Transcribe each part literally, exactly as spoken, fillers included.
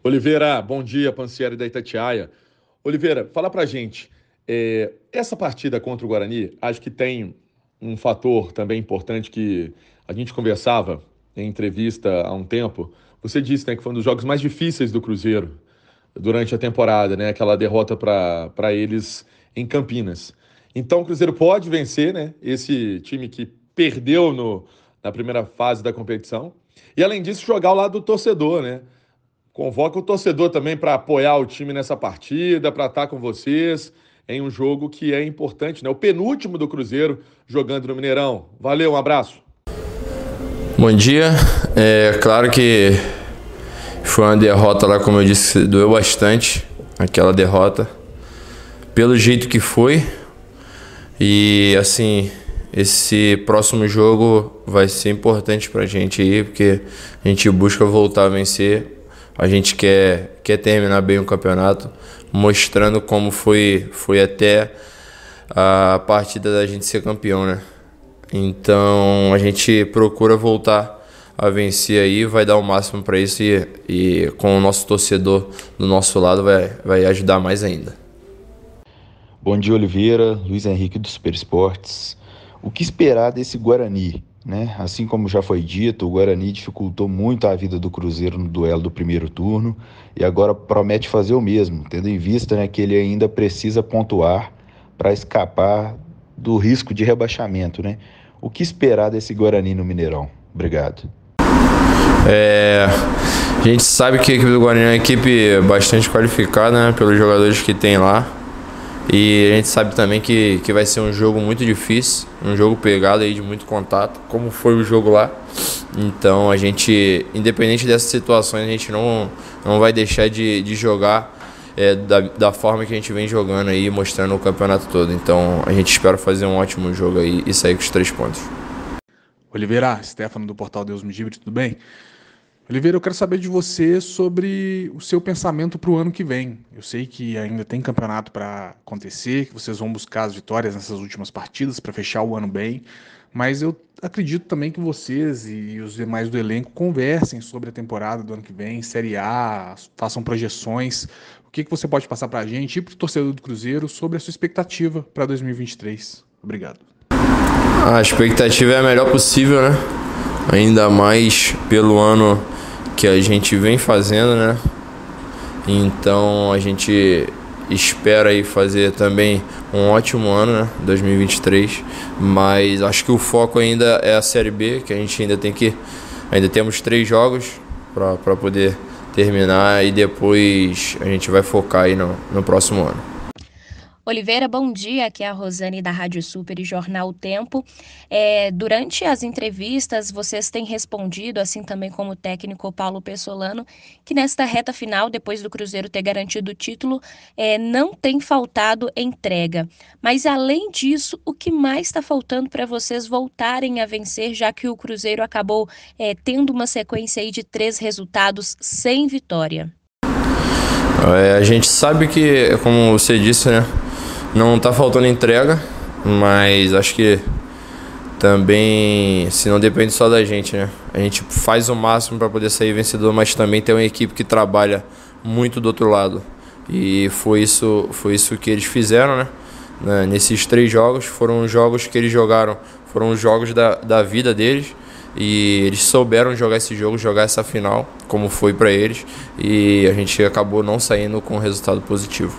Oliveira, bom dia, Pansieri da Itatiaia. Oliveira, fala pra gente, é, essa partida contra o Guarani, acho que tem um fator também importante que a gente conversava em entrevista há um tempo. Você disse, né, que foi um dos jogos mais difíceis do Cruzeiro durante a temporada, né? Aquela derrota para para eles em Campinas. Então o Cruzeiro pode vencer, né? Esse time que perdeu no, na primeira fase da competição. E além disso, jogar ao lado do torcedor, né? Convoca o torcedor também para apoiar o time nessa partida, para estar com vocês em um jogo que é importante, né? O penúltimo do Cruzeiro jogando no Mineirão. Valeu, um abraço. Bom dia. É claro que foi uma derrota lá, como eu disse, doeu bastante aquela derrota, pelo jeito que foi. E assim, esse próximo jogo vai ser importante pra gente aí, porque a gente busca voltar a vencer. A gente quer, quer terminar bem o campeonato, mostrando como foi, foi até a partida da gente ser campeão, né? Então a gente procura voltar a vencer aí, vai dar o máximo para isso e, e com o nosso torcedor do nosso lado vai, vai ajudar mais ainda. Bom dia, Oliveira, Luiz Henrique do Super Esportes. O que esperar desse Guarani? Né? Assim como já foi dito, o Guarani dificultou muito a vida do Cruzeiro no duelo do primeiro turno e agora promete fazer o mesmo, tendo em vista, né, que ele ainda precisa pontuar para escapar do risco de rebaixamento. Né? O que esperar desse Guarani no Mineirão? Obrigado. É, a gente sabe que a equipe do Guarani é uma equipe bastante qualificada, né, pelos jogadores que tem lá. E a gente sabe também que, que vai ser um jogo muito difícil, um jogo pegado aí de muito contato, como foi o jogo lá. Então a gente, independente dessas situações, a gente não, não vai deixar de, de jogar é, da, da forma que a gente vem jogando aí, mostrando o campeonato todo. Então a gente espera fazer um ótimo jogo aí e sair com os três pontos. Oliveira, Stefano do Portal Deus Me Livre, tudo bem? Oliveira, eu quero saber de você sobre o seu pensamento para o ano que vem. Eu sei que ainda tem campeonato para acontecer, que vocês vão buscar as vitórias nessas últimas partidas para fechar o ano bem, mas eu acredito também que vocês e os demais do elenco conversem sobre a temporada do ano que vem, Série A, façam projeções. O que, que você pode passar para a gente e para o torcedor do Cruzeiro sobre a sua expectativa para dois mil e vinte e três? Obrigado. A expectativa é a melhor possível, né? Ainda mais pelo ano que a gente vem fazendo, né? Então a gente espera aí fazer também um ótimo ano, né? dois mil e vinte e três, mas acho que o foco ainda é a Série B, que a gente ainda tem que, ainda temos três jogos para poder terminar e depois a gente vai focar aí no, no próximo ano. Oliveira, bom dia, aqui é a Rosane da Rádio Super e Jornal O Tempo. É, durante as entrevistas, vocês têm respondido, assim também como o técnico Paulo Pessolano, que nesta reta final, depois do Cruzeiro ter garantido o título, é, não tem faltado entrega. Mas além disso, o que mais está faltando para vocês voltarem a vencer, já que o Cruzeiro acabou é, tendo uma sequência aí de três resultados sem vitória? É, a gente sabe que, como você disse, né? Não está faltando entrega, mas acho que também, se não depende só da gente, né? A gente faz o máximo para poder sair vencedor, mas também tem uma equipe que trabalha muito do outro lado. E foi isso, foi isso que eles fizeram, né? Nesses três jogos, foram jogos que eles jogaram, foram os jogos da, da vida deles. E eles souberam jogar esse jogo, jogar essa final, como foi para eles. E a gente acabou não saindo com um resultado positivo.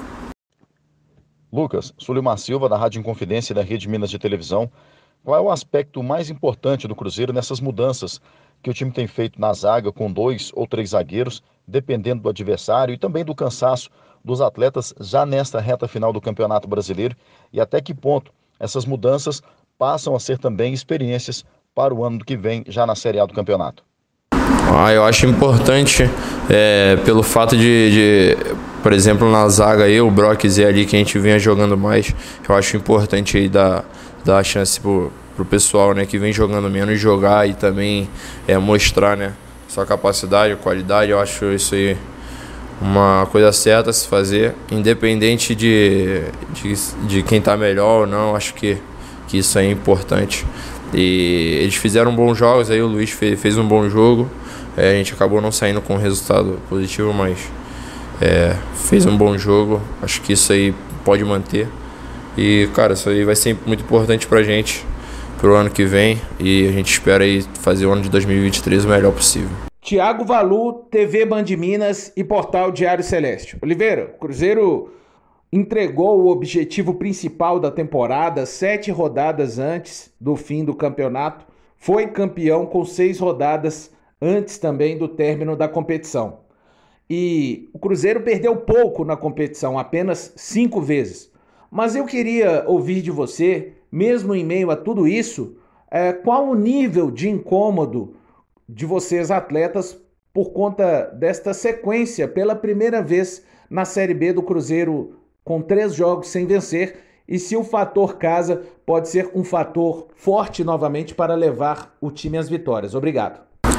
Lucas, Sulimar Silva, da Rádio Inconfidência e da Rede Minas de Televisão. Qual é o aspecto mais importante do Cruzeiro nessas mudanças que o time tem feito na zaga com dois ou três zagueiros, dependendo do adversário e também do cansaço dos atletas já nesta reta final do Campeonato Brasileiro? E até que ponto essas mudanças passam a ser também experiências para o ano que vem, já na Série A do campeonato? Ah, eu acho importante, é, pelo fato de, de, por exemplo, na zaga eu, o Brock e Zé ali, que a gente vinha jogando mais, eu acho importante aí dar, dar a chance pro, pro pessoal, né, que vem jogando menos, jogar e também é, mostrar, né, sua capacidade, qualidade. Eu acho isso aí uma coisa certa a se fazer, independente de, de, de quem tá melhor ou não. Acho que, que isso aí é importante E eles fizeram bons jogos, aí o Luiz fez, fez um bom jogo. É, a gente acabou não saindo com um resultado positivo, mas é, fez um bom jogo. Acho que isso aí pode manter. E, cara, isso aí vai ser muito importante pra gente pro ano que vem. E a gente espera aí fazer o ano de dois mil e vinte e três o melhor possível. Tiago Valu, T V Band Minas e Portal Diário Celeste. Oliveira, o Cruzeiro entregou o objetivo principal da temporada sete rodadas antes do fim do campeonato. Foi campeão com seis rodadas antes também do término da competição. E o Cruzeiro perdeu pouco na competição, apenas cinco vezes. Mas eu queria ouvir de você, mesmo em meio a tudo isso, é, qual o nível de incômodo de vocês atletas por conta desta sequência pela primeira vez na Série B do Cruzeiro com três jogos sem vencer, e se o fator casa pode ser um fator forte novamente para levar o time às vitórias. Obrigado.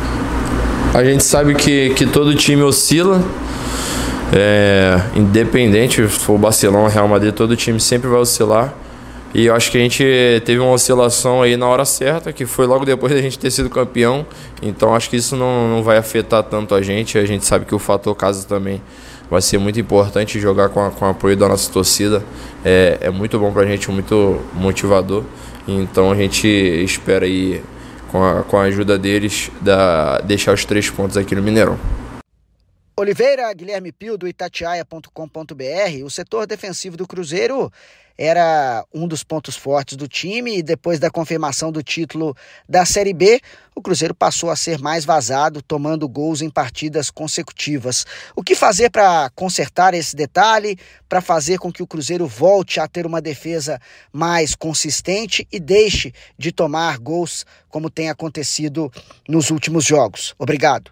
A gente sabe que, que todo time oscila, é, independente se for o Barcelona ou Real Madrid, todo time sempre vai oscilar. E eu acho que a gente teve uma oscilação aí na hora certa, que foi logo depois da gente ter sido campeão. Então acho que isso não, não vai afetar tanto a gente. A gente sabe que o fator casa também vai ser muito importante. Jogar com, a, com o apoio da nossa torcida é, é muito bom pra gente, muito motivador. Então a gente espera aí, com a, com a ajuda deles, da, deixar os três pontos aqui no Mineirão. Oliveira, Guilherme Pio, do Itatiaia ponto com ponto b r. O setor defensivo do Cruzeiro era um dos pontos fortes do time, e depois da confirmação do título da Série B, o Cruzeiro passou a ser mais vazado, tomando gols em partidas consecutivas. O que fazer para consertar esse detalhe, para fazer com que o Cruzeiro volte a ter uma defesa mais consistente e deixe de tomar gols como tem acontecido nos últimos jogos? Obrigado.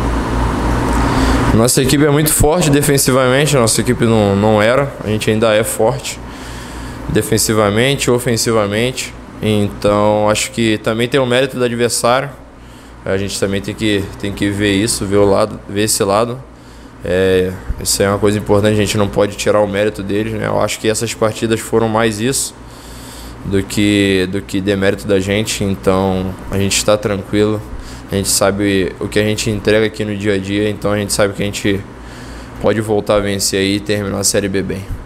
Nossa equipe é muito forte defensivamente, nossa equipe não, não era, a gente ainda é forte defensivamente, ofensivamente. Então acho que também tem o mérito do adversário. A gente também tem que, tem que ver isso, ver, o lado, ver esse lado. É, isso é uma coisa importante, a gente não pode tirar o mérito deles, né? Eu acho que essas partidas foram mais isso do que, do que demérito da gente. Então a gente está tranquilo, a gente sabe o que a gente entrega aqui no dia a dia. Então a gente sabe que a gente pode voltar a vencer aí e terminar a Série B bem.